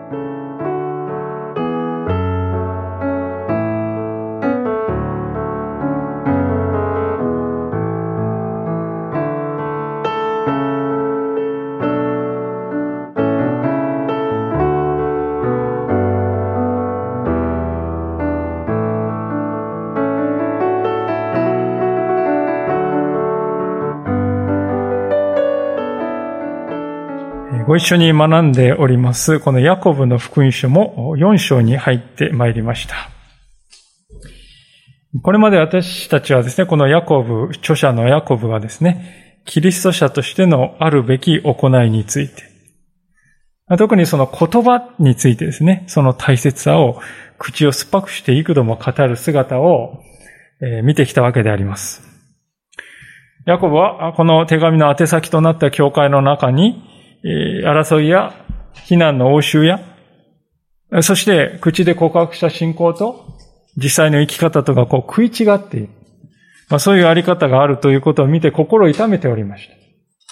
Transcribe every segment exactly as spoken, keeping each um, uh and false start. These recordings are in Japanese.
ご一緒に学んでおります、このヤコブの福音書もよん章に入ってまいりました。これまで私たちはですね、このヤコブ、著者のヤコブはですね、キリスト者としてのあるべき行いについて、特にその言葉についてですね、その大切さを口を酸っぱくして幾度も語る姿を見てきたわけであります。ヤコブはこの手紙の宛先となった教会の中に、争いや非難の応酬や、そして口で告白した信仰と実際の生き方とがこう食い違っている。まあ、そういうあり方があるということを見て心を痛めておりました。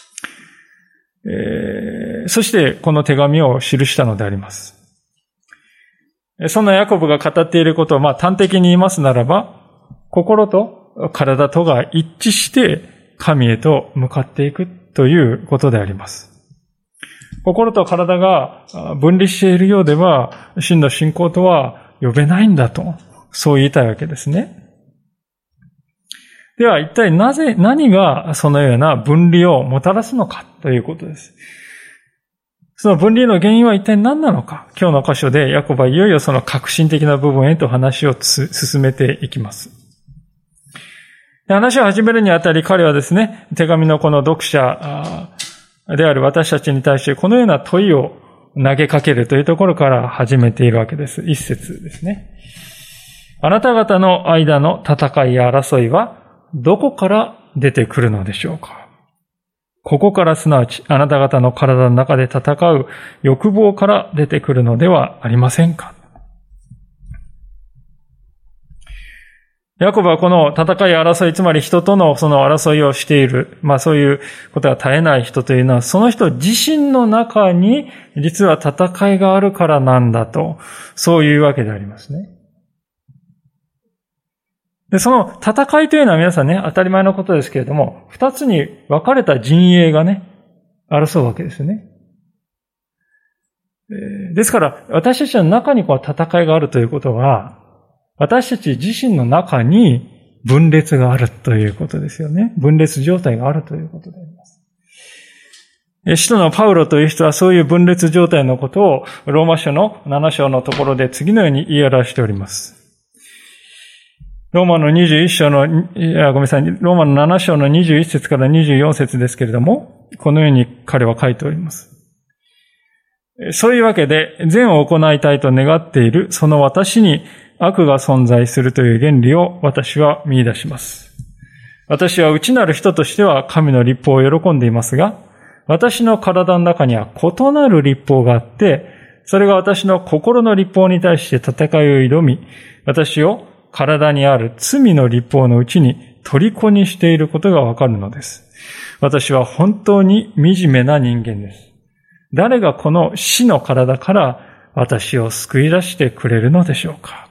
えー、そしてこの手紙を記したのであります。そんなヤコブが語っていることをまあ端的に言いますならば、心と体とが一致して神へと向かっていくということであります。心と体が分離しているようでは、真の信仰とは呼べないんだと、そう言いたいわけですね。では一体なぜ、何がそのような分離をもたらすのかということです。その分離の原因は一体何なのか。今日の箇所でヤコブはいよいよその革新的な部分へと話を進めていきます。話を始めるにあたり彼はですね、手紙のこの読者である私たちに対してこのような問いを投げかけるというところから始めているわけです。一節ですね。あなた方の間の戦いや争いはどこから出てくるのでしょうか。ここからすなわちあなた方の体の中で戦う欲望から出てくるのではありませんか。ヤコブはこの戦い争い、つまり人とのその争いをしている、まあそういうことが絶えない人というのは、その人自身の中に実は戦いがあるからなんだと、そういうわけでありますね。で、その戦いというのは皆さんね、当たり前のことですけれども、二つに分かれた陣営がね、争うわけですよね。ですから、私たちの中にこう戦いがあるということは、私たち自身の中に分裂があるということですよね。分裂状態があるということであります。使徒のパウロという人はそういう分裂状態のことをローマ書のなな章のところで次のように言い表しております。ローマのにじゅういっ章の、いや、ごめんなさい、ローマのなな章のにじゅういち節からにじゅうよん節ですけれども、このように彼は書いております。そういうわけで、善を行いたいと願っているその私に悪が存在するという原理を私は見出します。私は内なる人としては神の律法を喜んでいますが、私の体の中には異なる律法があって、それが私の心の律法に対して戦いを挑み、私を体にある罪の律法のうちに虜にしていることがわかるのです。私は本当に惨めな人間です。誰がこの死の体から私を救い出してくれるのでしょうか。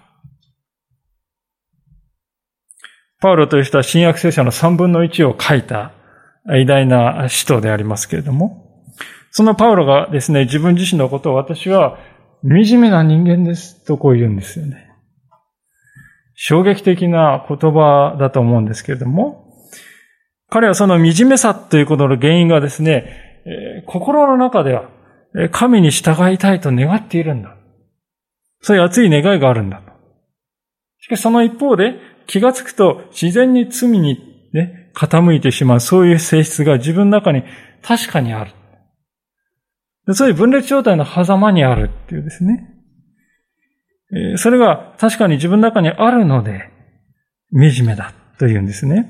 パウロという人は新約聖書の三分の一を書いた偉大な使徒でありますけれども、そのパウロがですね、自分自身のことを私は惨めな人間ですとこう言うんですよね。衝撃的な言葉だと思うんですけれども、彼はその惨めさということの原因がですね、えー、心の中では神に従いたいと願っているんだ。そういう熱い願いがあるんだと。しかしその一方で気がつくと自然に罪にね、傾いてしまうそういう性質が自分の中に確かにある。そういう分裂状態の狭間にあるっていうですね。それが確かに自分の中にあるので惨めだというんですね。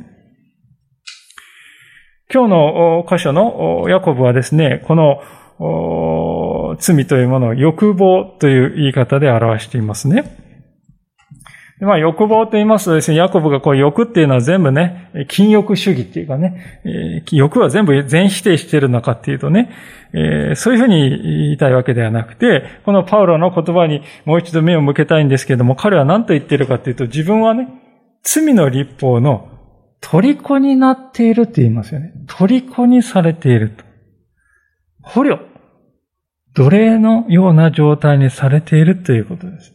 今日の箇所のヤコブはですね、この罪というものを欲望という言い方で表していますね。 まあ、欲望と言いますとですね、ヤコブがこう欲っていうのは全部ね、禁欲主義っていうかね、えー、欲は全部全否定しているのかっていうとね、えー、そういうふうに言いたいわけではなくて、このパウロの言葉にもう一度目を向けたいんですけれども、彼は何と言っているかっていうと、自分はね、罪の律法の虜になっているって言いますよね。虜にされていると。捕虜。奴隷のような状態にされているということです。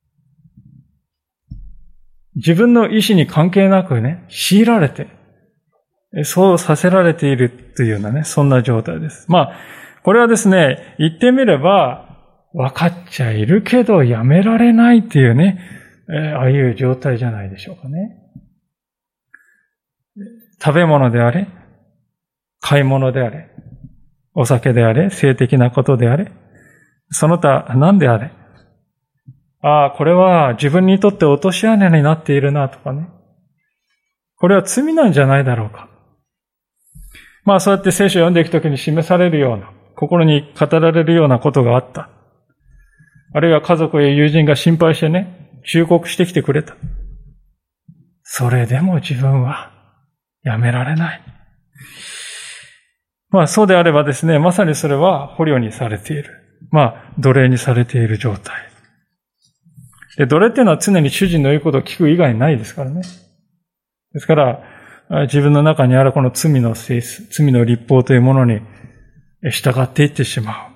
自分の意思に関係なくね、強いられて、そうさせられているというようなね、そんな状態です。まあ、これはですね、言ってみれば、分かっちゃいるけどやめられないっていうね、えー、ああいう状態じゃないでしょうかね。食べ物であれ、買い物であれ、お酒であれ、性的なことであれ、その他何であれ、ああ、これは自分にとって落とし穴になっているなとかね。これは罪なんじゃないだろうか。まあそうやって聖書を読んでいくときに示されるような、心に語られるようなことがあった。あるいは家族や友人が心配してね、忠告してきてくれた。それでも自分はやめられない。まあそうであればですね、まさにそれは捕虜にされている。まあ奴隷にされている状態。で、奴隷っていうのは常に主人の言うことを聞く以外にないですからね。ですから、自分の中にあるこの罪の性質、罪の律法というものに従っていってしま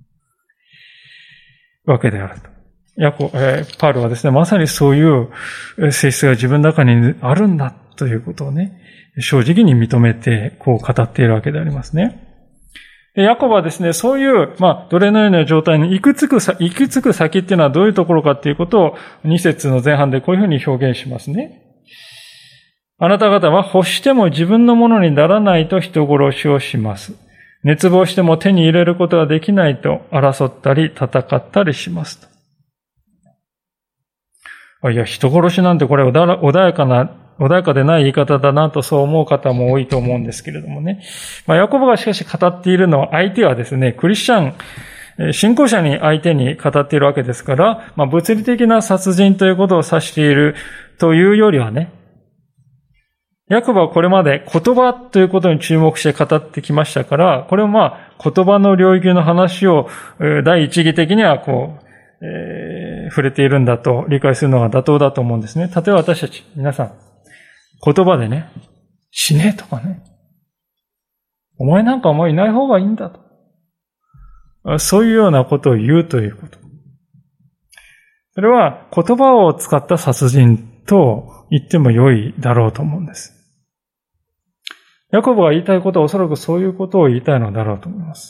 うわけであると。ヤコ、えー、パウロはですね、まさにそういう性質が自分の中にあるんだということをね、正直に認めて、こう語っているわけでありますね。でヤコブはですね、そういう、まあ、奴隷のような状態に行き着く、行き着く先っていうのはどういうところかっていうことを、に節の前半でこういうふうに表現しますね。あなた方は欲しても自分のものにならないと人殺しをします。熱望しても手に入れることができないと争ったり戦ったりしますと。いや、人殺しなんてこれ穏やかな、穏やかでない言い方だなとそう思う方も多いと思うんですけれどもね。まあ、ヤコブがしかし語っているのは相手はですね、クリスチャン、信仰者に相手に語っているわけですから、まあ、物理的な殺人ということを指しているというよりはね、ヤコブはこれまで言葉ということに注目して語ってきましたから、これをまあ言葉の領域の話を第一義的にはこう、えー、触れているんだと理解するのが妥当だと思うんですね。例えば私たち、皆さん、言葉でね、死ねとかね、お前なんかもういない方がいいんだと。そういうようなことを言うということ。それは言葉を使った殺人と言っても良いだろうと思うんです。ヤコブが言いたいことはおそらくそういうことを言いたいのだろうと思います。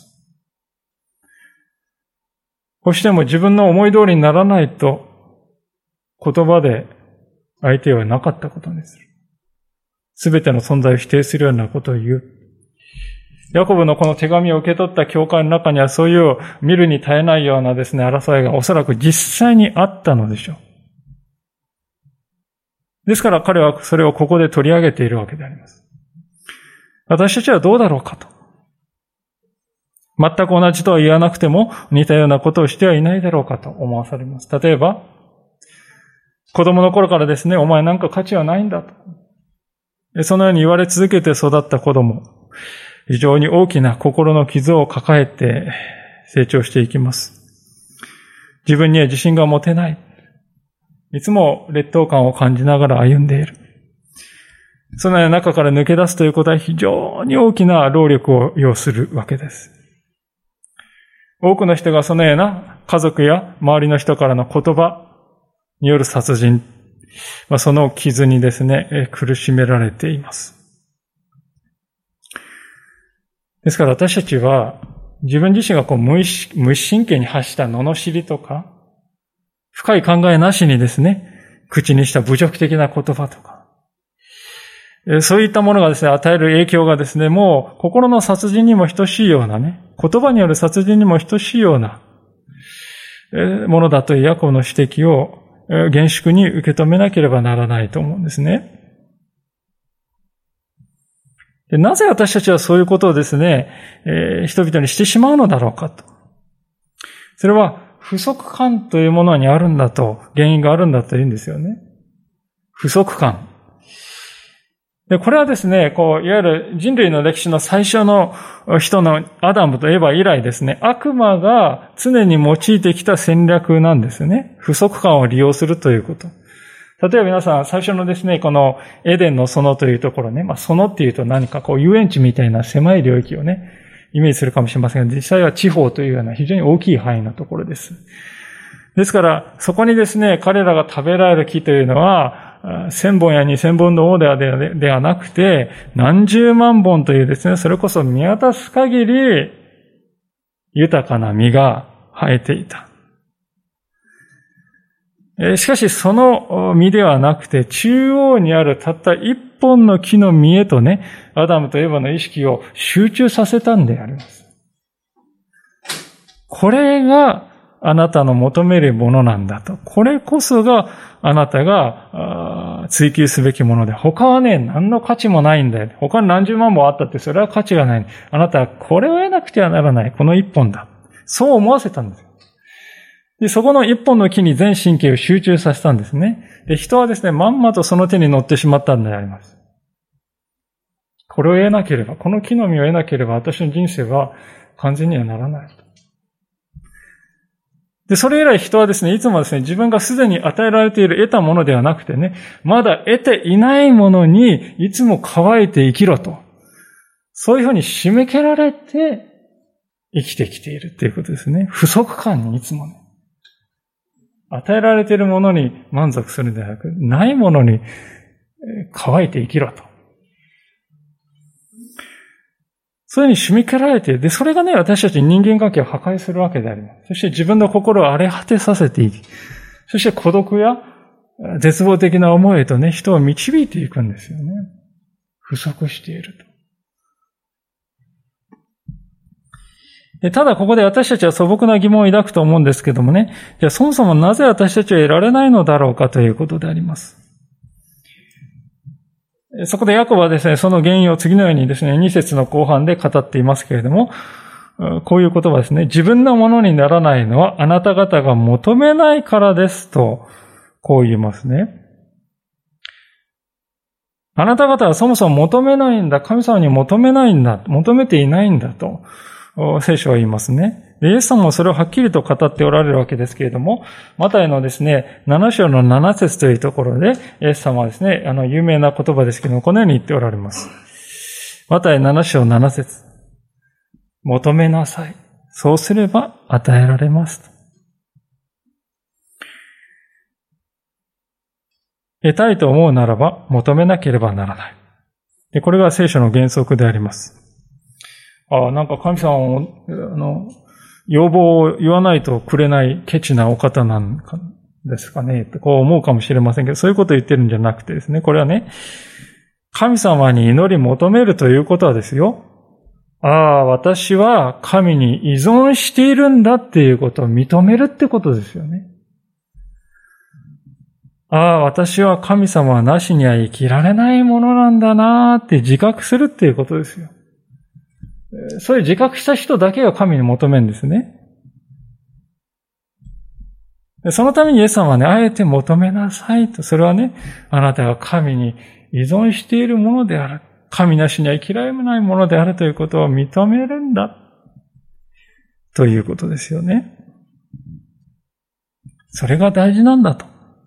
こうしても自分の思い通りにならないと言葉で相手はなかったことにする。すべての存在を否定するようなことを言う。ヤコブのこの手紙を受け取った教会の中にはそういう見るに耐えないようなですね、争いがおそらく実際にあったのでしょう。ですから彼はそれをここで取り上げているわけであります。私たちはどうだろうかと。全く同じとは言わなくても似たようなことをしてはいないだろうかと思わされます。例えば、子供の頃からですね、お前なんか価値はないんだと。そのように言われ続けて育った子供、非常に大きな心の傷を抱えて成長していきます。自分には自信が持てない。いつも劣等感を感じながら歩んでいる。そのような中から抜け出すということは非常に大きな労力を要するわけです。多くの人がそのような家族や周りの人からの言葉による殺人、その傷にですね、苦しめられています。ですから私たちは自分自身がこう無意識、無神経に発した罵りとか、深い考えなしにですね、口にした侮辱的な言葉とか、そういったものがですね、与える影響がですね、もう心の殺人にも等しいようなね、言葉による殺人にも等しいようなものだというヤコブの指摘を厳粛に受け止めなければならないと思うんですね。でなぜ私たちはそういうことをですね、えー、人々にしてしまうのだろうかと。それは不足感というものにあるんだと、原因があるんだと言うんですよね。 不足感。で、これはですね、こう、いわゆる人類の歴史の最初の人のアダムとエヴァ以来ですね、悪魔が常に用いてきた戦略なんですよね。不足感を利用するということ。例えば皆さん、最初のですね、このエデンの園というところね、まあ、園っていうと何かこう、遊園地みたいな狭い領域をね、イメージするかもしれませんが、実際は地方というような非常に大きい範囲のところです。ですから、そこにですね、彼らが食べられる木というのは、千本や二千本の王ではではなくて、何十万本というですね、それこそ見渡す限り、豊かな実が生えていた。しかし、その実ではなくて、中央にあるたった一本の木の実へとね、アダムとエヴァの意識を集中させたんであります。これが、あなたの求めるものなんだと。これこそがあなたが追求すべきもので、他はね、何の価値もないんだよ。他に何十万本あったってそれは価値がない。あなたはこれを得なくてはならない。この一本だ。そう思わせたんですよ。で、そこの一本の木に全神経を集中させたんですね。で、人はですね、まんまとその手に乗ってしまったんであります。これを得なければ、この木の実を得なければ、私の人生は完全にはならない。で、それ以来人はですね、いつもですね、自分がすでに与えられている得たものではなくてね、まだ得ていないものにいつも乾いて生きろと。そういうふうに締め切られて生きてきているということですね。不足感にいつもね。与えられているものに満足するのではなく、ないものに乾いて生きろと。そういうふうに締め切られている。で、それがね、私たち人間関係を破壊するわけであります。そして自分の心を荒れ果てさせていき、そして孤独や絶望的な思いへとね、人を導いていくんですよね。不足していると。でただここで私たちは素朴な疑問を抱くと思うんですけどもね、じゃあそもそもなぜ私たちは得られないのだろうかということであります。そこでヤコブはですね、その原因を次のようにですね、に節の後半で語っていますけれども、こういう言葉ですね。自分のものにならないのはあなた方が求めないからですと、こう言いますね。あなた方はそもそも求めないんだ。神様に求めないんだ。求めていないんだと、聖書は言いますね。イエス様もそれをはっきりと語っておられるわけですけれども、マタイのですね、なな章のなな節というところで、イエス様はですね、あの、有名な言葉ですけども、このように言っておられます。マタイなな章なな節。求めなさい。そうすれば与えられます。得たいと思うならば、求めなければならない。で、これが聖書の原則であります。ああ、なんか神様も、あの、要望を言わないとくれないケチなお方なんですかねってこう思うかもしれませんけど、そういうことを言ってるんじゃなくてですね、これはね、神様に祈り求めるということはですよ、ああ、私は神に依存しているんだっていうことを認めるってことですよね。ああ、私は神様なしには生きられないものなんだなーって自覚するっていうことですよ。そういう自覚した人だけが神に求めるんですね。そのためにイエス様はね、あえて求めなさいと。それはね、あなたが神に依存しているものである。神なしには生きられないものであるということを認めるんだ。ということですよね。それが大事なんだと。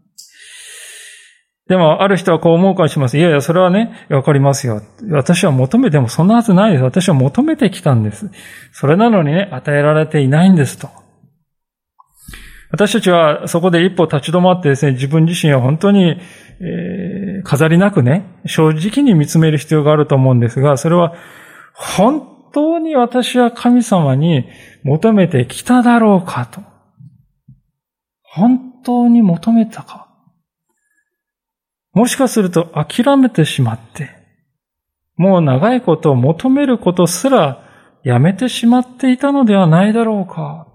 でも、ある人はこう思うかもしれません。いやいや、それはね、わかりますよ。私は求めてもそんなはずないです。私は求めてきたんです。それなのにね、与えられていないんですと。私たちはそこで一歩立ち止まってですね、自分自身は本当に、えー、飾りなくね、正直に見つめる必要があると思うんですが、それは本当に私は神様に求めてきただろうかと。本当に求めたか。もしかすると諦めてしまって、もう長いことを求めることすらやめてしまっていたのではないだろうか。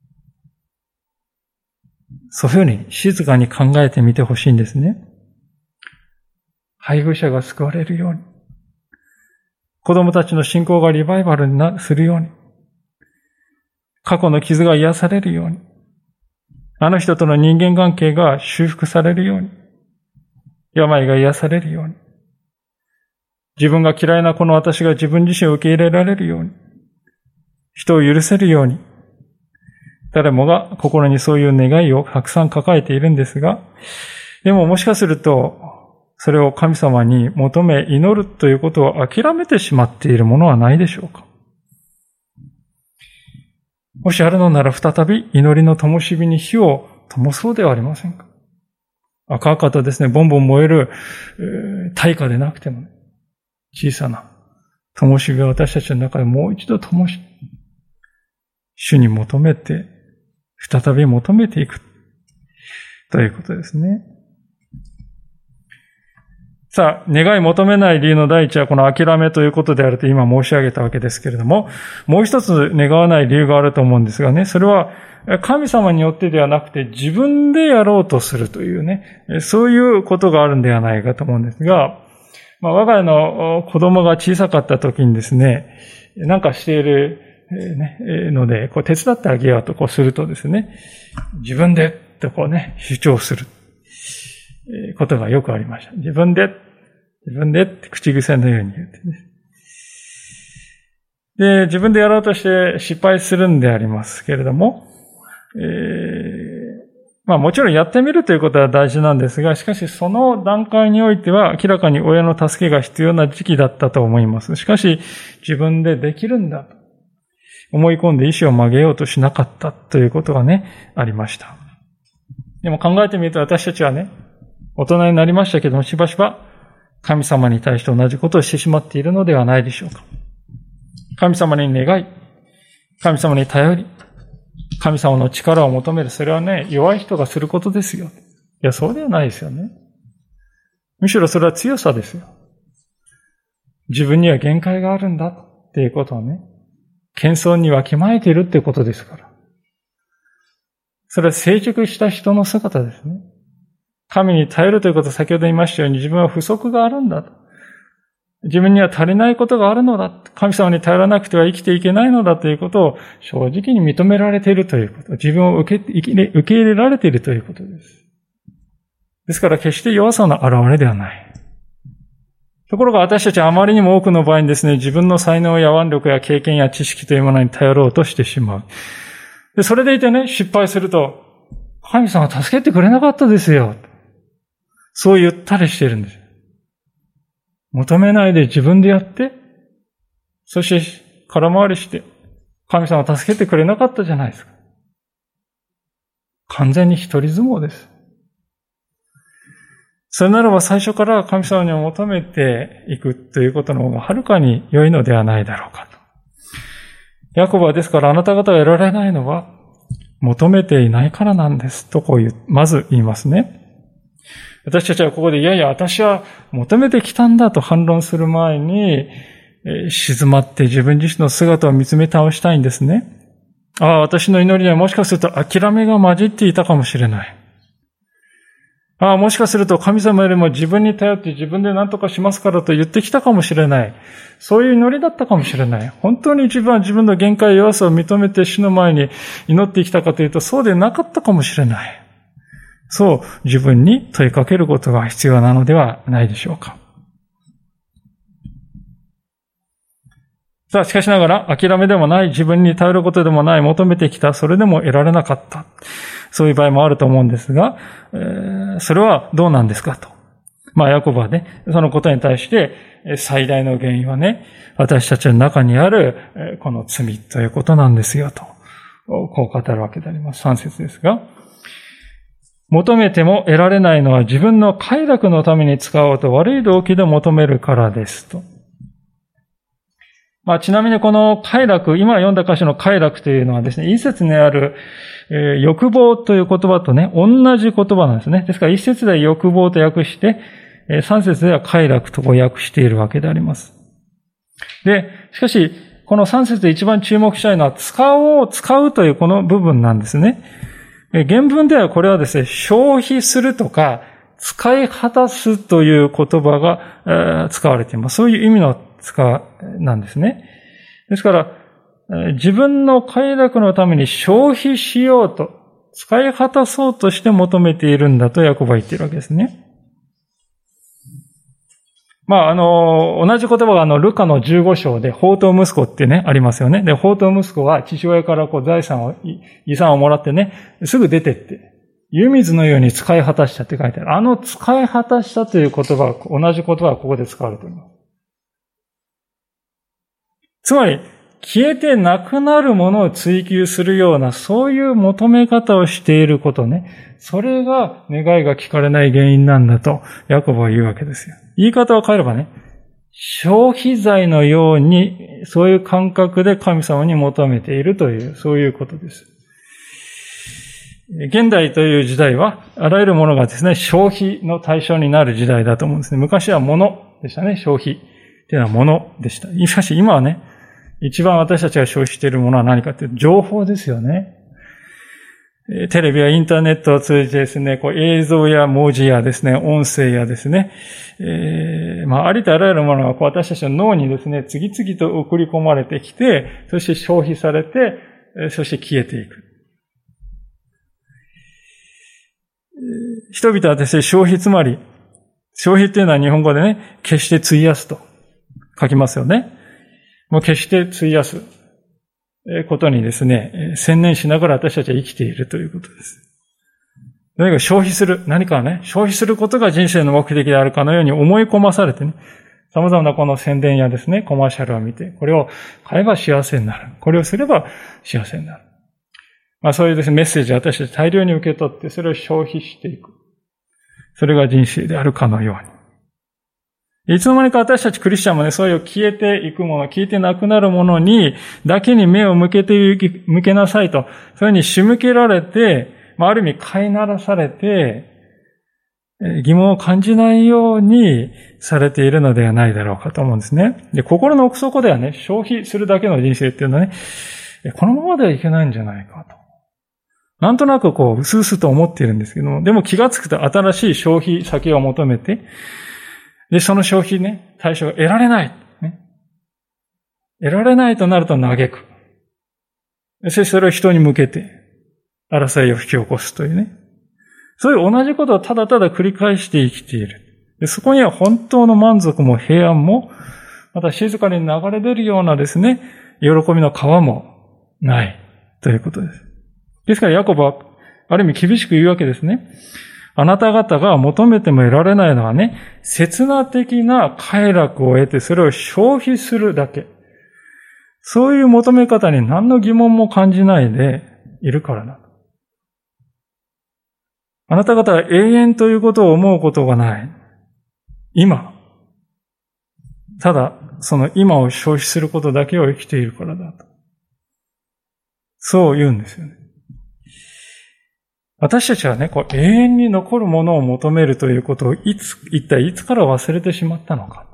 そういうふうに静かに考えてみてほしいんですね。配偶者が救われるように、子供たちの信仰がリバイバルにするように、過去の傷が癒されるように、あの人との人間関係が修復されるように、 病が癒されるように、自分が嫌いなこの私が自分自身を受け入れられるように、人を許せるように、誰もが心にそういう願いをたくさん抱えているんですが、でももしかすると、それを神様に求め祈るということを諦めてしまっているものはないでしょうか。もしあるのなら再び祈りの灯火に火を灯そうではありませんか。赤々とですね、ボンボン燃える大火でなくても、小さな灯火を私たちの中でもう一度灯し、主に求めて、再び求めていくということですね。さあ、願い求めない理由の第一はこの諦めということであると今申し上げたわけですけれども、もう一つ願わない理由があると思うんですがね、それは神様によってではなくて自分でやろうとするというね、そういうことがあるんではないかと思うんですが、まあ、我が家の子供が小さかった時にですね、なんかしているので、こう手伝ってあげようとこうするとですね、自分でとこうね、主張することがよくありました。自分で、自分でって口癖のように言ってね。で、自分でやろうとして失敗するんでありますけれども、えー、まあもちろんやってみるということは大事なんですが、しかしその段階においては明らかに親の助けが必要な時期だったと思います。しかし自分でできるんだと思い込んで意志を曲げようとしなかったということがね、ありました。でも考えてみると私たちはね、大人になりましたけども、しばしば神様に対して同じことをしてしまっているのではないでしょうか。神様に願い、神様に頼り、神様の力を求める、それはね、弱い人がすることですよ。いや、そうではないですよね。むしろそれは強さですよ。自分には限界があるんだっていうことをね、謙遜にわきまえているっていうことですから。それは成熟した人の姿ですね。神に頼るということを先ほど言いましたように、自分は不足があるんだと。自分には足りないことがあるのだ。神様に頼らなくては生きていけないのだということを正直に認められているということ。自分を受け受け入れられているということです。ですから決して弱さの表れではない。ところが私たちはあまりにも多くの場合にですね、自分の才能や腕力や経験や知識というものに頼ろうとしてしまう。で、それでいてね、失敗すると、神様助けてくれなかったですよ。そう言ったりしているんです。求めないで自分でやって、そして空回りして、神様助けてくれなかったじゃないですか。完全に一人相撲です。それならば最初から神様に求めていくということの方がはるかに良いのではないだろうかと。ヤコブはですからあなた方が得られないのは求めていないからなんですとこう言う、まず言いますね。私たちはここでいやいや私は求めてきたんだと反論する前に、静まって自分自身の姿を見つめ直したいんですね。ああ、私の祈りにはもしかすると諦めが混じっていたかもしれない。ああ、もしかすると神様よりも自分に頼って自分で何とかしますからと言ってきたかもしれない。そういう祈りだったかもしれない。本当に自分は自分の限界弱さを認めて主の前に祈ってきたかというとそうでなかったかもしれない。そう自分に問いかけることが必要なのではないでしょうか。さあ、しかしながら諦めでもない、自分に頼ることでもない、求めてきた、それでも得られなかった。そういう場合もあると思うんですが、えー、それはどうなんですかと。まあ、ヤコブはね、そのことに対して、最大の原因はね、私たちの中にある、この罪ということなんですよと。こう語るわけであります。さん節ですが、求めても得られないのは自分の快楽のために使おうと悪い動機で求めるからですと。まあ、ちなみにこの快楽、今読んだ箇所の快楽というのはですね、一節にある、えー、欲望という言葉とね、同じ言葉なんですね。ですから一節では欲望と訳して、えー、三節では快楽と訳しているわけであります。で、しかし、この三節で一番注目したいのは、使おう、使うというこの部分なんですね。原文ではこれはですね、消費するとか、使い果たすという言葉が使われています。そういう意味の使なんですね。ですから、自分の快楽のために消費しようと、使い果たそうとして求めているんだとヤコブは言っているわけですね。 まあ、あの、同じ言葉があの、ルカのじゅうご章で、放蕩息子ってね、ありますよね。で、放蕩息子は父親からこう財産を、遺産をもらってね、すぐ出てって、湯水のように使い果たしたって書いてある。あの使い果たしたという言葉、同じ言葉がここで使われています。つまり、消えてなくなるものを追求するような、そういう求め方をしていることね。それが願いが聞かれない原因なんだと、ヤコブは言うわけですよ。言い方を変えればね、消費財のように、そういう感覚で神様に求めているという、そういうことです。現代という時代は、あらゆるものがですね、消費の対象になる時代だと思うんですね。昔は物でしたね、消費。っていうのは物でした。しかし今はね、一番私たちが消費しているものは何かというと、情報ですよね。テレビやインターネットを通じてですね、こう映像や文字やですね、音声やですね、えー、まあ、ありとあらゆるものがこう私たちの脳にですね、次々と送り込まれてきて、そして消費されて、そして消えていく。人々はですね、消費つまり、消費っていうのは日本語でね、決して費やすと書きますよね。もう決して費やすことにですね、専念しながら私たちは生きているということです。何か消費する、何かね、消費することが人生の目的であるかのように思い込まされてね、様々なこの宣伝やですね、コマーシャルを見て、これを買えば幸せになる。これをすれば幸せになる。まあそういうですね、メッセージを私たち大量に受け取って、それを消費していく。それが人生であるかのように。いつの間にか私たちクリスチャンもね、そういう消えていくもの、消えてなくなるものに、だけに目を向けて、向けなさいと、そういうふうに仕向けられて、まあ、ある意味飼いならされて、疑問を感じないようにされているのではないだろうかと思うんですね。で、心の奥底ではね、消費するだけの人生っていうのはね、このままではいけないんじゃないかと。なんとなくこう、うすうすと思っているんですけども、でも気がつくと新しい消費先を求めて、で、その消費ね、対象が得られない。ね、得られないとなると嘆く。そしてそれを人に向けて、争いを引き起こすというね。そういう同じことをただただ繰り返して生きている。で、そこには本当の満足も平安も、また静かに流れ出るようなですね、喜びの川もないということです。ですからヤコブは、ある意味厳しく言うわけですね。あなた方が求めても得られないのはね、刹那的な快楽を得てそれを消費するだけ。そういう求め方に何の疑問も感じないでいるからだ。あなた方は永遠ということを思うことがない。今。ただ、その今を消費することだけを生きているからだと。そう言うんですよね。私たちはね、こう永遠に残るものを求めるということをいつ、一体いつから忘れてしまったのか。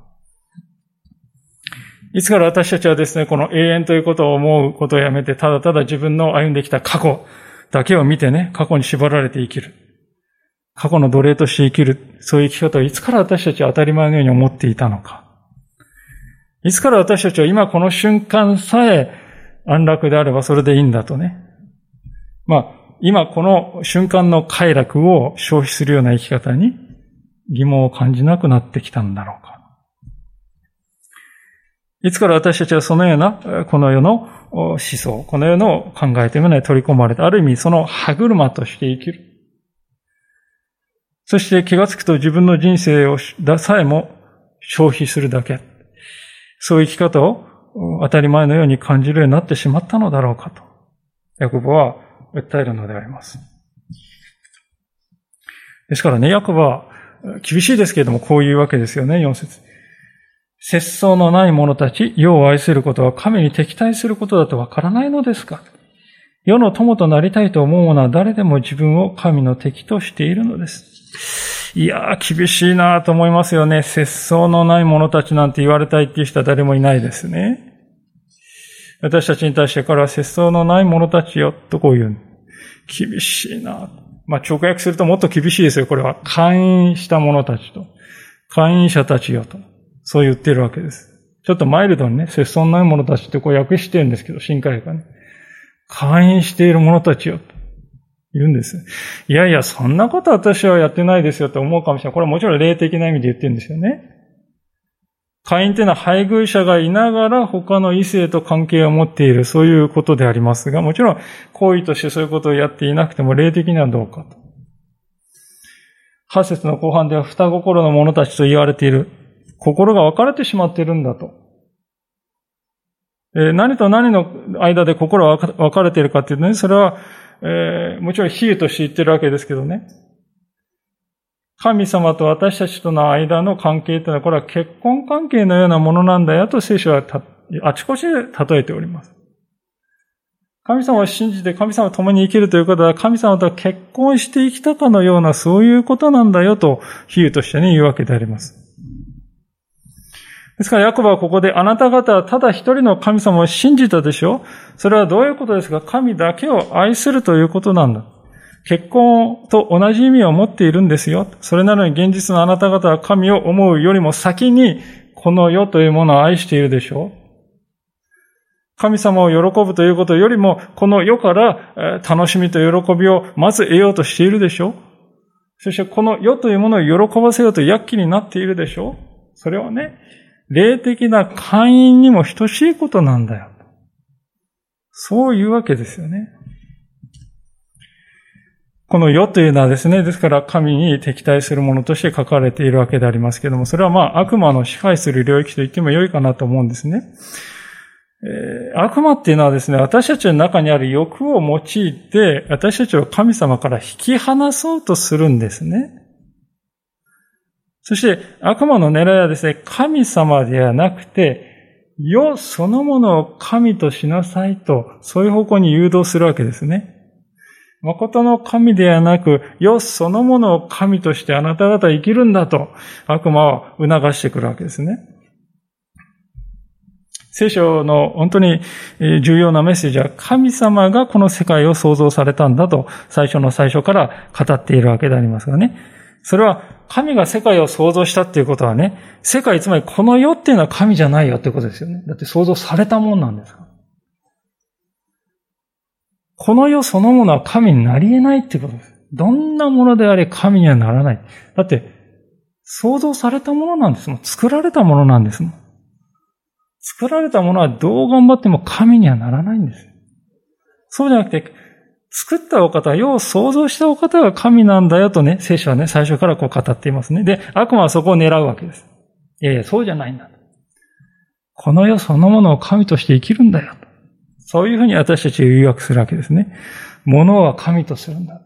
いつから私たちはですね、この永遠ということを思うことをやめて、ただただ自分の歩んできた過去だけを見てね、過去に縛られて生きる。過去の奴隷として生きる。そういう生き方をいつから私たちは当たり前のように思っていたのか。いつから私たちは今この瞬間さえ安楽であればそれでいいんだとね。まあ、今この瞬間の快楽を消費するような生き方に疑問を感じなくなってきたんだろうか。いつから私たちはそのようなこの世の思想、この世の考えというものに取り込まれた。ある意味その歯車として生きる。そして気がつくと自分の人生をさえも消費するだけ。そういう生き方を当たり前のように感じるようになってしまったのだろうかと。ヤコブは訴えるのであります。ですからね、ヤコブは厳しいですけれども、こういうわけですよね、よん節。節操のない者たち、世を愛することは神に敵対することだとわからないのですか？世の友となりたいと思う者は誰でも自分を神の敵としているのです。いやー、厳しいなと思いますよね。節操のない者たちなんて言われたいっていう人は誰もいないですね。私たちに対してから節操のない者たちよとこう言う。厳しいな。まあ直訳するともっと厳しいですよ。これは勧誘した者たちと。勧誘者たちよと。そう言っているわけです。ちょっとマイルドにね、節操のない者たちってこう訳してるんですけど、新海がね。勧誘している者たちよと言うんです。いやいや、そんなこと私はやってないですよと思うかもしれない。これはもちろん霊的な意味で言ってるんですよね。 カインというのは配偶者がいながら他の異性と関係を持っている、そういうことでありますが、もちろん行為としてそういうことをやっていなくても霊的にはどうかと。はち節の後半では二心の者たちと言われている。心が分かれてしまっているんだと。えー、何と何の間で心が分かれているかっていうとね、それは、えー、もちろん比喩として言ってるわけですけどね。神様と私たちとの間の関係というのは、これは結婚関係のようなものなんだよと聖書はあちこちで例えております。神様を信じて神様と共に生きるということは、神様と結婚して生きたかのようなそういうことなんだよと比喩としてね、言うわけであります。ですから、ヤコブはここで、あなた方はただ一人の神様を信じたでしょ？それはどういうことですか？神だけを愛するということなんだ。結婚と同じ意味を持っているんですよ。それなのに現実のあなた方は神を思うよりも先に、この世というものを愛しているでしょう。神様を喜ぶということよりも、この世から楽しみと喜びをまず得ようとしているでしょう。そしてこの世というものを喜ばせようと躍起になっているでしょう。それはね、霊的な会員にも等しいことなんだよ。そういうわけですよね。この世というのはですね、ですから神に敵対するものとして書かれているわけでありますけれども、それはまあ悪魔の支配する領域と言っても良いかなと思うんですね。えー、悪魔っていうのはですね、私たちの中にある欲を用いて、私たちを神様から引き離そうとするんですね。そして悪魔の狙いはですね、神様ではなくて、世そのものを神としなさいと、そういう方向に誘導するわけですね。誠の神ではなく、世そのものを神としてあなた方は生きるんだと、悪魔は促してくるわけですね。聖書の本当に重要なメッセージは、神様がこの世界を創造されたんだと、最初の最初から語っているわけでありますがね。それは、神が世界を創造したっていうことはね、世界、つまりこの世っていうのは神じゃないよってことですよね。だって創造されたもんなんですから。この世そのものは神になり得ないってことです。どんなものであれ神にはならない。だって、創造されたものなんですもん。作られたものなんですもん。作られたものはどう頑張っても神にはならないんです。そうじゃなくて、作ったお方、世を創造したお方が神なんだよとね、聖書はね、最初からこう語っていますね。で、悪魔はそこを狙うわけです。いやいや、そうじゃないんだ。この世そのものを神として生きるんだよ。そういうふうに私たちを誘惑するわけですね。物は神とするんだと。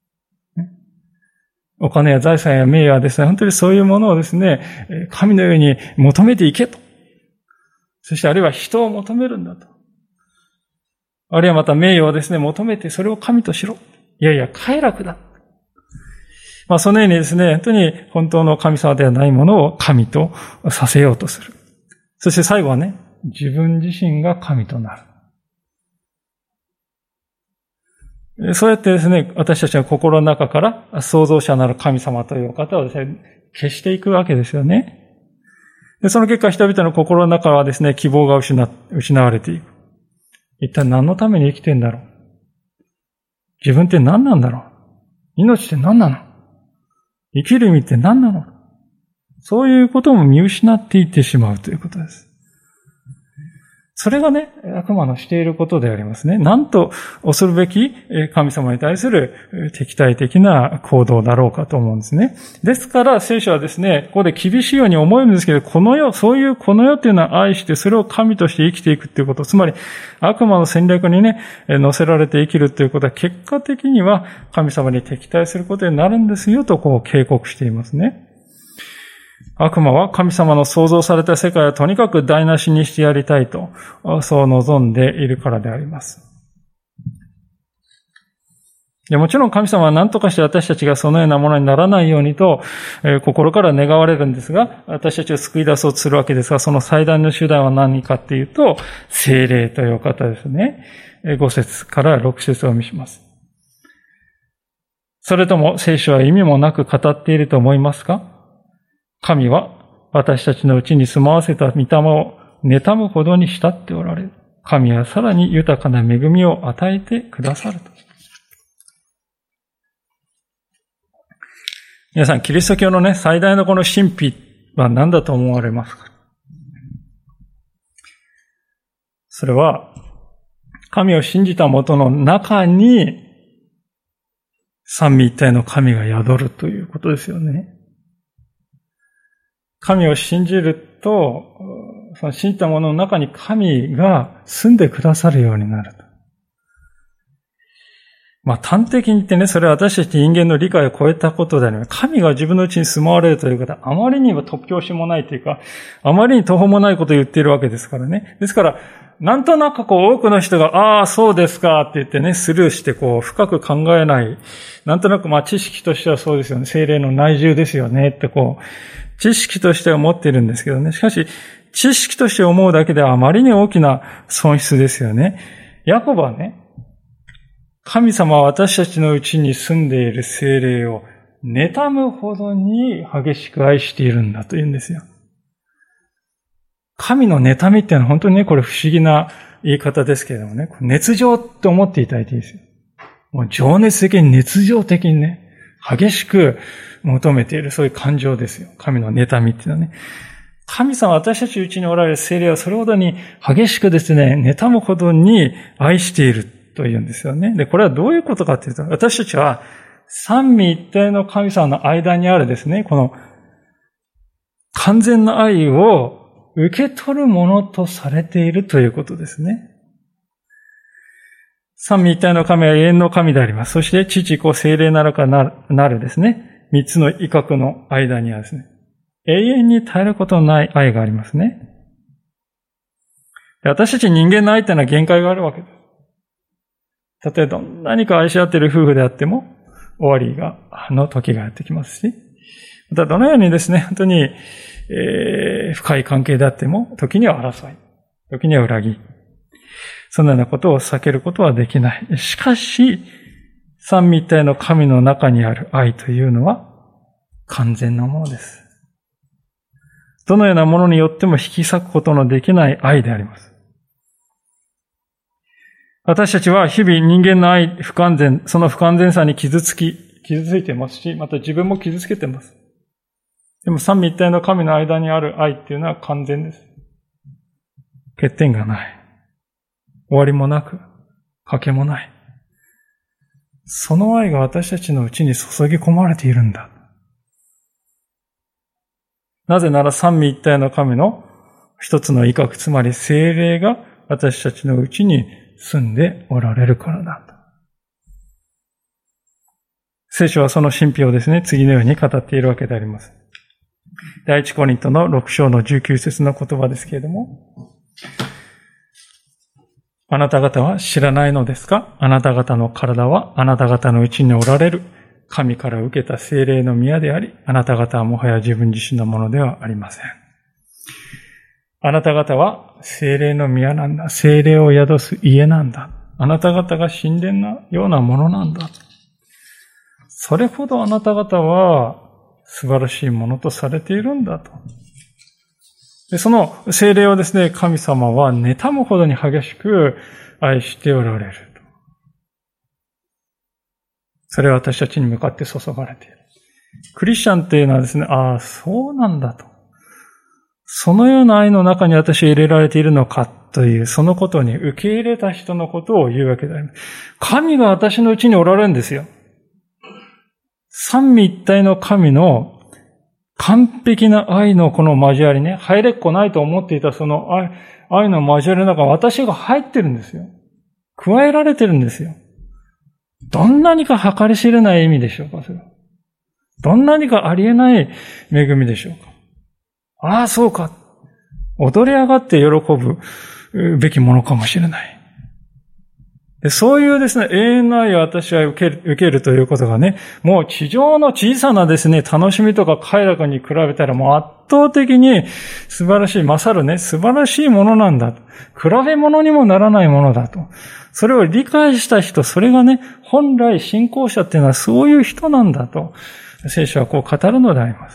お金や財産や名誉はですね、本当にそういうものをですね、神のように求めていけと。そしてあるいは人を求めるんだと。あるいはまた名誉をですね、求めてそれを神としろ。いやいや、快楽だ。まあそのようにですね、本当に本当の神様ではないものを神とさせようとする。そして最後はね、自分自身が神となる。そうやってですね、私たちの心の中から創造者なる神様という方をですね、消していくわけですよね。でその結果、人々の心の中はですね、希望が失、失われていく。一体何のために生きてんだろう？自分って何なんだろう？命って何なの？生きる意味って何なの？そういうことも見失っていってしまうということです。それがね、悪魔のしていることでありますね。なんと恐るべき神様に対する敵対的な行動だろうかと思うんですね。ですから聖書はですね、ここで厳しいように思えるんですけど、この世、そういうこの世というのは愛して、それを神として生きていくということ、つまり悪魔の戦略にね、乗せられて生きるということは結果的には神様に敵対することになるんですよとこう警告していますね。悪魔は神様の創造された世界をとにかく台無しにしてやりたいと、そう望んでいるからであります。でもちろん神様は何とかして私たちがそのようなものにならないようにと、えー、心から願われるんですが、私たちを救い出そうとするわけですが、その最大の手段は何かっていうと、聖霊という方ですね。ご節からろく節を見します。それとも聖書は意味もなく語っていると思いますか？神は私たちのうちに住まわせた御霊を妬むほどに慕っておられる。神はさらに豊かな恵みを与えてくださると。皆さん、キリスト教のね、最大のこの神秘は何だと思われますか？ それは、神を信じた者の中に、三位一体の神が宿るということですよね。神を信じると、その信じた者の中に神が住んでくださるようになると。まあ端的に言ってね、それは私たち人間の理解を超えたことであります。神が自分のうちに住まわれるということは、あまりにも突拍子もないというか、あまりに途方もないことを言っているわけですからね。ですから、なんとなくこう多くの人が、ああ、そうですかって言ってね、スルーしてこう深く考えない。なんとなくまあ知識としてはそうですよね。聖霊の内住ですよねってこう、知識としては思っているんですけどね。しかし、知識として思うだけではあまりに大きな損失ですよね。ヤコブはね、神様は私たちのうちに住んでいる聖霊を妬むほどに激しく愛しているんだと言うんですよ。神の妬みっていうのは本当にね、これ不思議な言い方ですけれどもね、熱情って思っていただいていいですよ。もう情熱的に熱情的にね、激しく求めている、そういう感情ですよ。神の妬みっていうのはね。神様は私たちのうちにおられる聖霊はそれほどに激しくですね、妬むほどに愛していると言うんですよね。で、これはどういうことかというと、私たちは三位一体の神様の間にあるですね、この完全な愛を受け取るものとされているということですね。三位一体の神は永遠の神であります。そして父子聖霊なるかなるですね、三つの威嚇の間にはですね、永遠に絶えることのない愛がありますね。私たち人間の愛というのは限界があるわけです。たとえどんなにか愛し合っている夫婦であっても、終わりが、の時がやってきますし、またどのようにですね、本当に、えー、深い関係であっても、時には争い、時には裏切り、そのようなことを避けることはできない。しかし、三位一体の神の中にある愛というのは完全なものです。どのようなものによっても引き裂くことのできない愛であります。私たちは日々人間の愛、不完全、その不完全さに傷つき、傷ついていますし、また自分も傷つけています。でも三位一体の神の間にある愛っていうのは完全です。欠点がない。終わりもなく、欠けもない。その愛が私たちのうちに注ぎ込まれているんだ。なぜなら三位一体の神の一つの威嚇、つまり聖霊が私たちのうちに住んでおられるからなんだ。聖書はその神秘をですね、次のように語っているわけであります。第一コリントのろく章のじゅうきゅう節の言葉ですけれども、あなた方は知らないのですか？あなた方の体はあなた方のうちにおられる神から受けた聖霊の宮であり、あなた方はもはや自分自身のものではありません。あなた方は聖霊の宮なんだ。聖霊を宿す家なんだ。あなた方が神殿のようなものなんだ。それほどあなた方は素晴らしいものとされているんだと。で、その聖霊をですね、神様は妬むほどに激しく愛しておられる。それは私たちに向かって注がれている。クリスチャンっていうのはですね、ああ、そうなんだと。そのような愛の中に私は入れられているのかという、そのことに受け入れた人のことを言うわけであります。神が私のうちにおられるんですよ。三位一体の神の完璧な愛のこの交わりね、入れっこないと思っていたその愛、愛の交わりの中に私が入ってるんですよ。加えられてるんですよ。どんなにか計り知れない意味でしょうか、それは。どんなにかありえない恵みでしょうか。ああ、そうか。踊り上がって喜ぶべきものかもしれない。でそういうですね、永遠の愛を私は受ける、受けるということがね、もう地上の小さなですね、楽しみとか快楽に比べたらもう圧倒的に素晴らしい、勝るね、素晴らしいものなんだと。比べ物にもならないものだと。それを理解した人、それがね、本来信仰者っていうのはそういう人なんだと、聖書はこう語るのであります。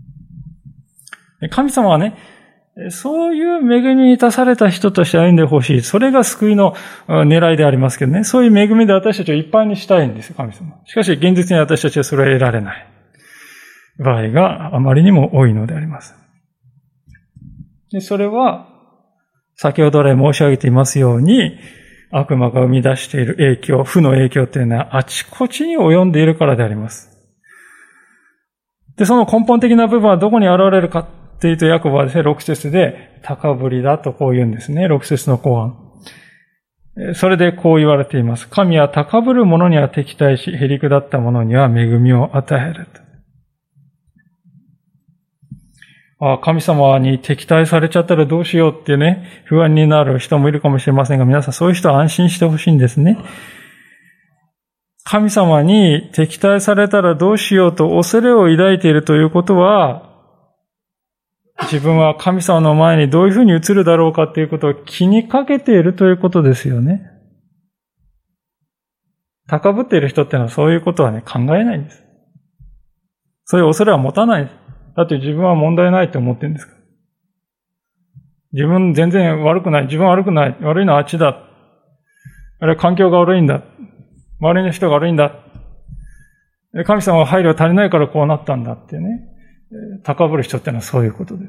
神様はね、そういう恵みに満たされた人として歩んでほしい。それが救いの狙いでありますけどね。そういう恵みで私たちをいっぱいにしたいんですよ、神様。しかし現実に私たちはそれを得られない場合があまりにも多いのであります。で、それは、 先ほど来申し上げていますように、悪魔が生み出している影響、負の影響というのはあちこちに及んでいるからであります。で、その根本的な部分はどこに現れるかっていうと、ヤコブはですね、ろく節で高ぶりだとこう言うんですね。ろく節の後半。それでこう言われています。神は高ぶる者には敵対し、へりくだった者には恵みを与えると。ああ、神様に敵対されちゃったらどうしようってね、不安になる人もいるかもしれませんが、皆さんそういう人は安心してほしいんですね。神様に敵対されたらどうしようと恐れを抱いているということは、自分は神様の前にどういうふうに映るだろうかということを気にかけているということですよね。高ぶっている人ってのはそういうことはね、考えないんです。そういう恐れは持たないんです。だって自分は問題ないと思ってるんですから。自分全然悪くない。自分は悪くない。悪いのはあっちだ。あれは環境が悪いんだ。周りの人が悪いんだ。神様は配慮足りないからこうなったんだってね。高ぶる人ってのはそういうことです。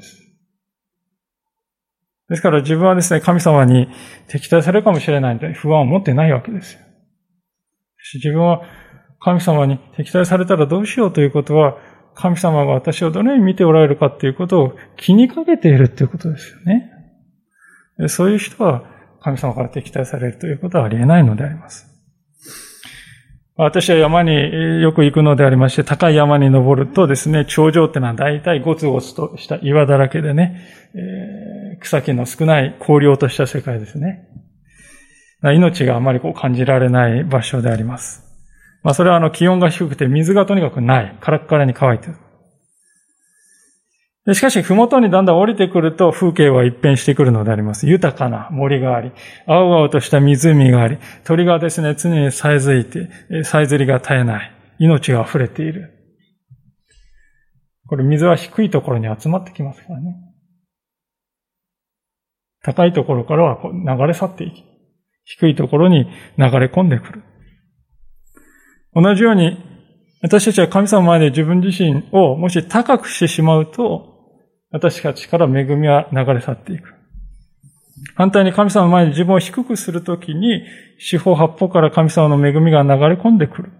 ですから自分はですね、神様に敵対されるかもしれないんで不安を持ってないわけですよ。自分は神様に敵対されたらどうしようということは、神様が私をどのように見ておられるかということを気にかけているということですよね。そういう人は神様から敵対されるということはありえないのであります。私は山によく行くのでありまして、高い山に登るとですね、頂上ってのは大体ゴツゴツとした岩だらけでね、えー、草木の少ない荒涼とした世界ですね。命があまりこう感じられない場所であります。まあそれはあの気温が低くて水がとにかくない。カラッカラに乾いている。でしかし、ふもとにだんだん降りてくると風景は一変してくるのであります。豊かな森があり、青々とした湖があり、鳥がですね、常にさえずいて、さえずりが絶えない。命が溢れている。これ水は低いところに集まってきますからね。高いところからは流れ去っていき、低いところに流れ込んでくる。同じように、私たちは神様の前で自分自身をもし高くしてしまうと、私たちから恵みは流れ去っていく。反対に神様の前で自分を低くするときに、四方八方から神様の恵みが流れ込んでくる。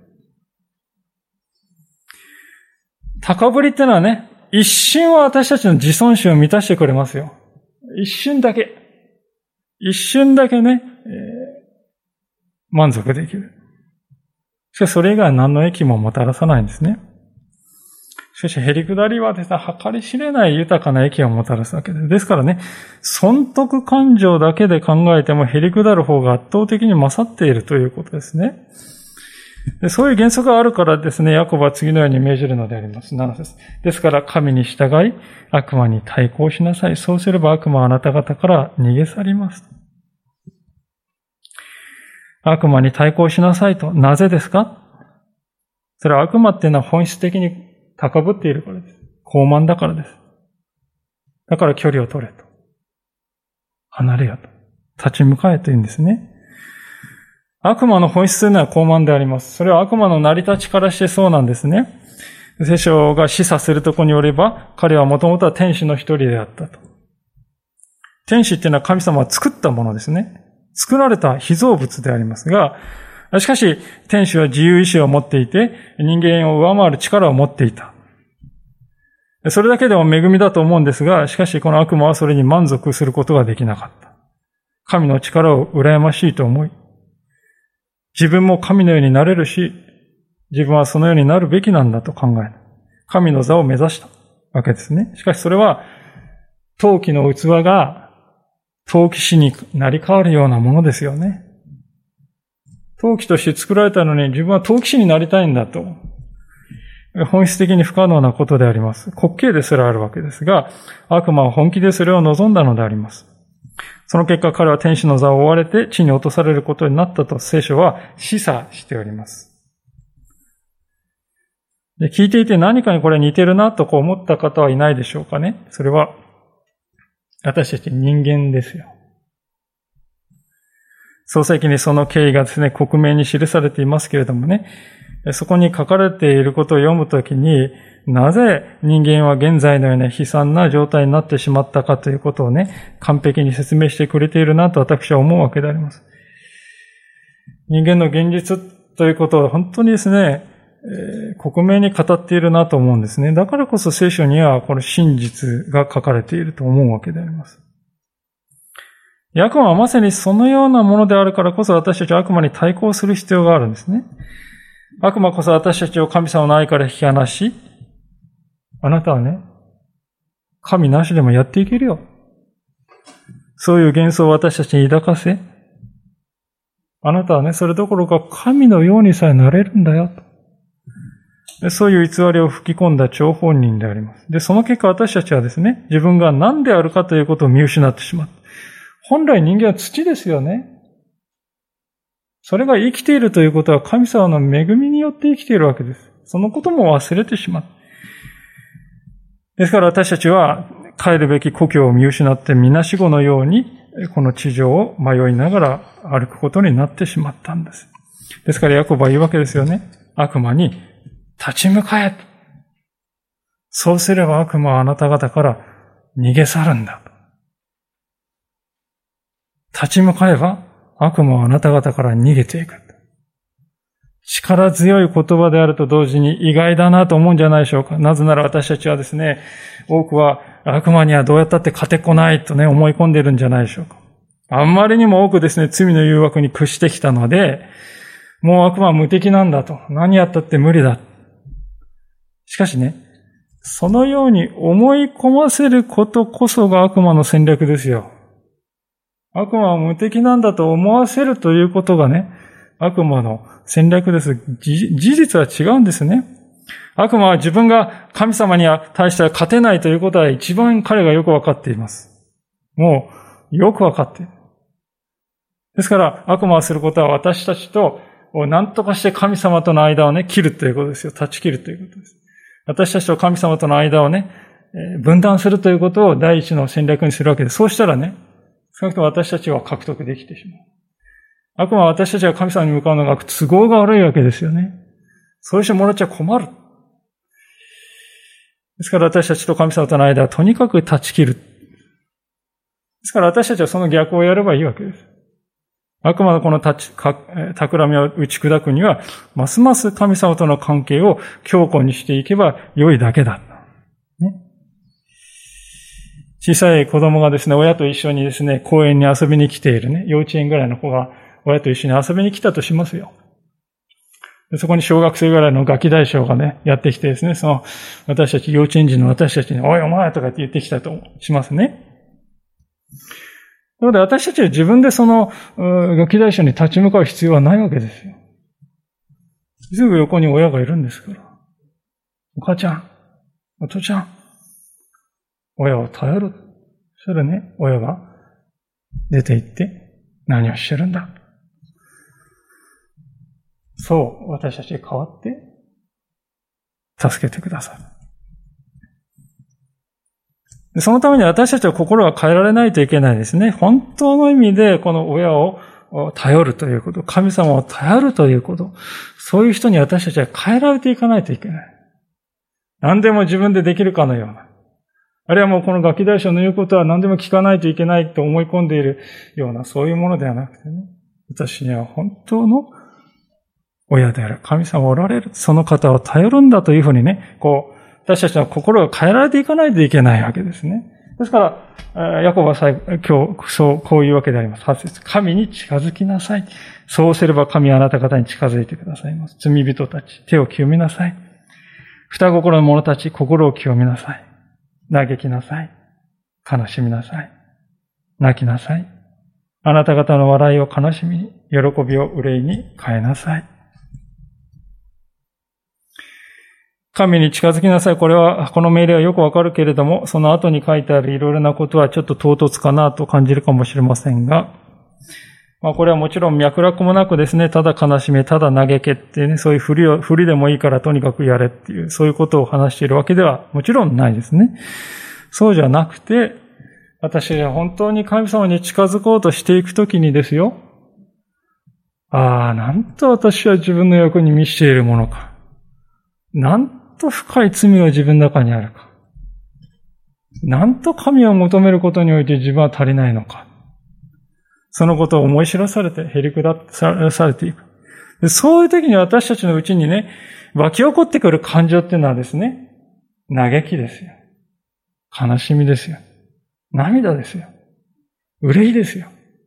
高ぶりってのはね、一瞬は私たちの自尊心を満たしてくれますよ。一瞬だけ。一瞬だけね、えー、満足できる。しかしそれ以外は何の益ももたらさないんですね。しかしへりくだりはですね、計り知れない豊かな益をもたらすわけです。ですからね、損得感情だけで考えてもへりくだる方が圧倒的に勝っているということですね。でそういう原則があるからですね、ヤコブは次のように命じるのであります。なな節。ですから神に従い、悪魔に対抗しなさい。そうすれば悪魔はあなた方から逃げ去ります。悪魔に対抗しなさいと。なぜですか？それは悪魔っていうのは本質的に高ぶっているからです。傲慢だからです。だから距離を取れと。離れよと。立ち向かえというんですね。悪魔の本質というのは傲慢であります。それは悪魔の成り立ちからしてそうなんですね。聖書が示唆するところによれば、彼はもともとは天使の一人であったと。天使っていうのは神様が作ったものですね。作られた被造物でありますが、しかし天使は自由意志を持っていて、人間を上回る力を持っていた。それだけでも恵みだと思うんですが、しかしこの悪魔はそれに満足することができなかった。神の力を羨ましいと思い、自分も神のようになれるし、自分はそのようになるべきなんだと考える。神の座を目指したわけですね。しかしそれは、陶器の器が陶器師になり変わるようなものですよね。陶器として作られたのに自分は陶器師になりたいんだと。本質的に不可能なことであります。滑稽ですらあるわけですが、悪魔は本気でそれを望んだのであります。その結果彼は天使の座を追われて地に落とされることになったと聖書は示唆しております。で聞いていて何かにこれ似てるなとこう思った方はいないでしょうかね。それは私たち人間ですよ。創世記にその経緯がですね、克明に記されていますけれどもね、そこに書かれていることを読むときに、 なぜ人間は現在のような悲惨な状態になってしまったかということをね、完璧に説明してくれているなと私は思うわけであります。人間の現実ということは本当にですね、えー、克明に語っているなと思うんですね。だからこそ聖書にはこの真実が書かれていると思うわけであります。悪魔はまさにそのようなものであるからこそ私たちは悪魔に対抗する必要があるんですね。悪魔こそ私たちを神様の愛から引き離し、あなたはね、神なしでもやっていけるよ。そういう幻想を私たちに抱かせ、あなたはね、それどころか神のようにさえなれるんだよ。そういう偽りを吹き込んだ張本人であります。で、その結果私たちはですね、自分が何であるかということを見失ってしまう。本来人間は土ですよね。それが生きているということは神様の恵みによって生きているわけです。そのことも忘れてしまう。ですから私たちは帰るべき故郷を見失ってみなしごのようにこの地上を迷いながら歩くことになってしまったんです。ですからヤコブは言うわけですよね。悪魔に立ち向かえ。そうすれば悪魔はあなた方から逃げ去るんだ。立ち向かえば悪魔はあなた方から逃げていく。力強い言葉であると同時に意外だなと思うんじゃないでしょうか。なぜなら私たちはですね、多くは悪魔にはどうやったって勝てこないとね、思い込んでいるんじゃないでしょうか。あんまりにも多くですね、罪の誘惑に屈してきたので、もう悪魔は無敵なんだと。何やったって無理だ。しかしね、そのように思い込ませることこそが悪魔の戦略ですよ。悪魔は無敵なんだと思わせるということがね、悪魔の戦略です。事実は違うんですね。悪魔は自分が神様に対しては勝てないということは一番彼がよくわかっています。もうよくわかっている。ですから悪魔をすることは私たちと何とかして神様との間をね、切るということですよ。断ち切るということです。私たちと神様との間をね、分断するということを第一の戦略にするわけです。そうしたらね、少なくとも私たちは獲得できてしまう。悪魔は私たちが神様に向かうのが都合が悪いわけですよね。そうしてもらっちゃ困る。ですから私たちと神様との間はとにかく断ち切る。ですから私たちはその逆をやればいいわけです。悪魔のこの企みを打ち砕くには、ますます神様との関係を強固にしていけば良いだけだ。ね、小さい子供がですね、親と一緒にですね、公園に遊びに来ているね、幼稚園ぐらいの子が親と一緒に遊びに来たとしますよ。でそこに小学生ぐらいのガキ大将がね、やってきてですね、その、私たち幼稚園児の私たちに、おいお前とかって言ってきたとしますね。なので私たちは自分でそのガキ大将に立ち向かう必要はないわけですよ。すぐ横に親がいるんですから。お母ちゃん、お父ちゃん、親を頼る。それでね、親が出て行って何をしてるんだ。そう、私たちに代わって助けてくださる。そのために私たちは心が変えられないといけないですね。本当の意味でこの親を頼るということ、神様を頼るということ、そういう人に私たちは変えられていかないといけない。何でも自分でできるかのような。あるいはもうこのガキ大将の言うことは何でも聞かないといけないと思い込んでいるような、そういうものではなくてね。私には本当の親である神様おられる。その方を頼るんだというふうにね、こう、私たちの心が変えられていかないといけないわけですね。ですから、ヤコブは最後、今日、そう、こういうわけであります。はち節。神に近づきなさい。そうすれば神はあなた方に近づいてくださいます。罪人たち、手を清めなさい。二心の者たち、心を清めなさい。嘆きなさい。悲しみなさい。泣きなさい。あなた方の笑いを悲しみに、喜びを憂いに変えなさい。神に近づきなさい。これは、この命令はよくわかるけれども、その後に書いてあるいろいろなことはちょっと唐突かなと感じるかもしれませんが、まあこれはもちろん脈絡もなくですね、ただ悲しめ、ただ嘆けってね、そういうふりを、ふりでもいいからとにかくやれっていう、そういうことを話しているわけではもちろんないですね。そうじゃなくて、私は本当に神様に近づこうとしていくときにですよ、ああ、なんと私は自分の欲に満ちているものか。なんと深い罪が自分の中にあるか。なんと神を求めることにおいて自分は足りないのか。そのことを思い知らされて、へりくだされていく。でそういう時に私たちのうちにね、湧き起こってくる感情っていうのはですね、嘆きですよ。悲しみですよ。涙ですよ。憂いですよ。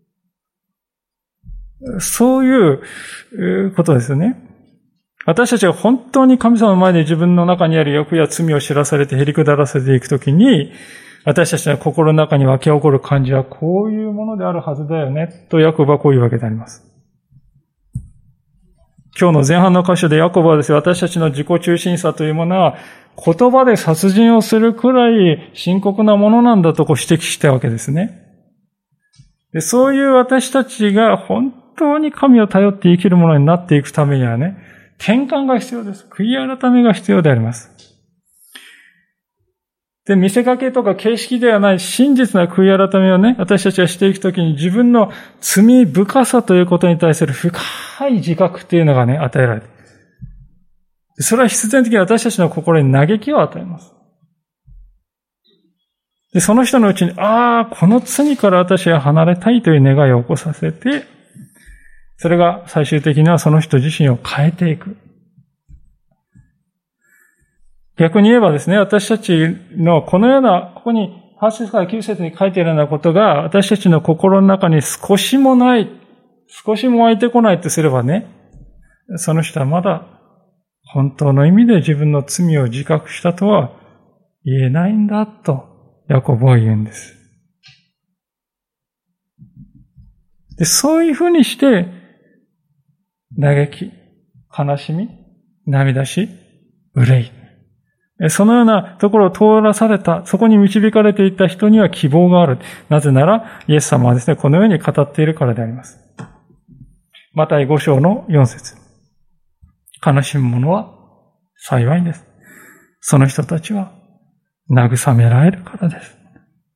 そういうことですよね。私たちが本当に神様の前で自分の中にある欲や罪を知らされてへりくだらせていくときに、私たちの心の中に湧き起こる感じはこういうものであるはずだよね、とヤコブはこういうわけであります。今日の前半の箇所でヤコブはですね、私たちの自己中心さというものは言葉で殺人をするくらい深刻なものなんだとこう指摘したわけですね。でそういう私たちが本当に神を頼って生きるものになっていくためにはね、転換が必要です。悔い改めが必要であります。で、見せかけとか形式ではない真実な悔い改めをね、私たちがしていくときに自分の罪深さということに対する深い自覚というのがね、与えられている。それは必然的に私たちの心に嘆きを与えます。で、その人のうちに、ああ、この罪から私は離れたいという願いを起こさせて、それが最終的にはその人自身を変えていく。逆に言えばですね、私たちのこのような、ここにはち節からきゅう節に書いているようなことが、私たちの心の中に少しもない、少しも湧いてこないとすればね、その人はまだ本当の意味で自分の罪を自覚したとは言えないんだと、ヤコブは言うんです。で、そういうふうにして、嘆き、悲しみ、涙し、憂い。そのようなところを通らされた、そこに導かれていった人には希望がある。なぜなら、イエス様はですね、このように語っているからであります。マタイご章のよん節。悲しむ者は幸いです。その人たちは慰められるからです。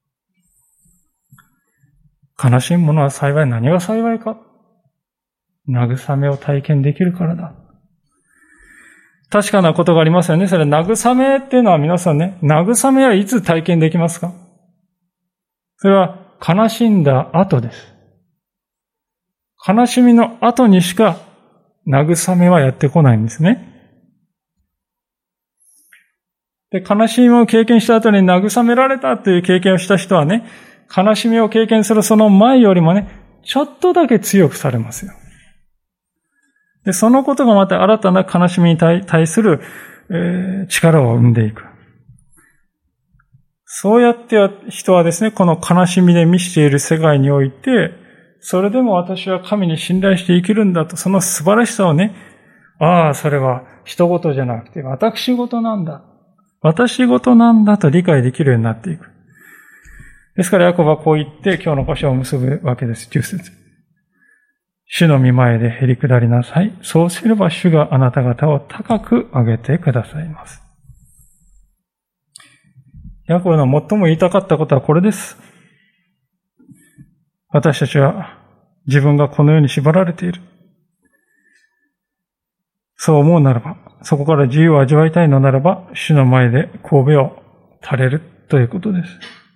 悲しむ者は幸い。何が幸いか。慰めを体験できるからだ。確かなことがありますよね。それは慰めっていうのは皆さんね、慰めはいつ体験できますか？それは悲しんだ後です。悲しみの後にしか慰めはやってこないんですね。で、悲しみを経験した後に慰められたという経験をした人はね、悲しみを経験するその前よりもね、ちょっとだけ強くされますよ。で、そのことがまた新たな悲しみに 対, 対する、えー、力を生んでいく。そうやって人はですね、この悲しみで満ちている世界において、それでも私は神に信頼して生きるんだと、その素晴らしさをね、ああ、それは人事じゃなくて、私事なんだ。私事なんだと理解できるようになっていく。ですから、ヤコブはこう言って今日の箇所を結ぶわけです。じゅう節。主の御前でへり下りなさい。そうすれば主があなた方を高く上げてくださいます。ヤコブの最も言いたかったことはこれです。私たちは自分がこのように縛られている。そう思うならば、そこから自由を味わいたいのならば、主の前で頭を垂れるということです。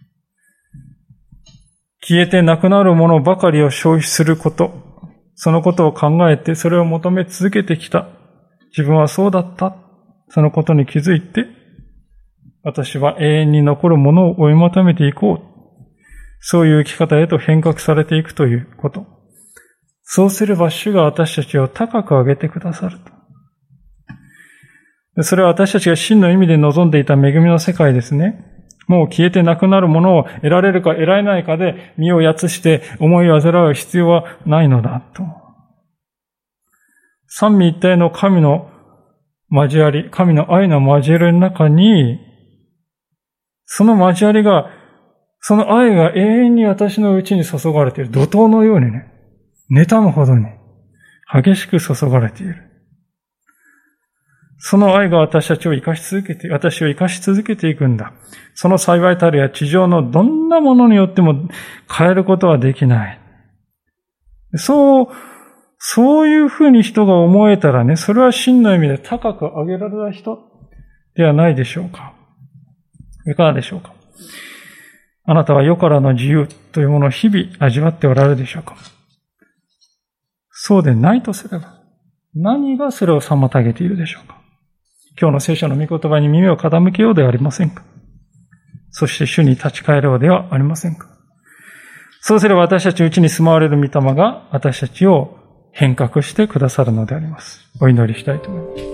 消えてなくなるものばかりを消費すること、そのことを考えてそれを求め続けてきた。自分はそうだった。そのことに気づいて、私は永遠に残るものを追い求めていこう。そういう生き方へと変革されていくということ。そうすれば主が私たちを高く上げてくださると。それは私たちが真の意味で望んでいた恵みの世界ですね。もう消えてなくなるものを得られるか得られないかで身をやつして思い煩う必要はないのだと。三位一体の神の交わり、神の愛の交わりの中に、その交わりが、その愛が永遠に私のうちに注がれている。怒涛のようにね、妬むほどに激しく注がれている。その愛が私たちを生かし続けて、私を生かし続けていくんだ。その幸いたるや地上のどんなものによっても変えることはできない。そう、そういうふうに人が思えたらね、それは真の意味で高く上げられた人、 ではないでしょうか。いかがでしょうか。あなたは世からの自由というものを日々味わっておられるでしょうか。そうでないとすれば、何がそれを妨げているでしょうか。今日の聖書の御言葉に耳を傾けようではありませんか。そして主に立ち返ろうではありませんか。そうすれば私たちのうちに住まわれる御霊が私たちを変革してくださるのであります。お祈りしたいと思います。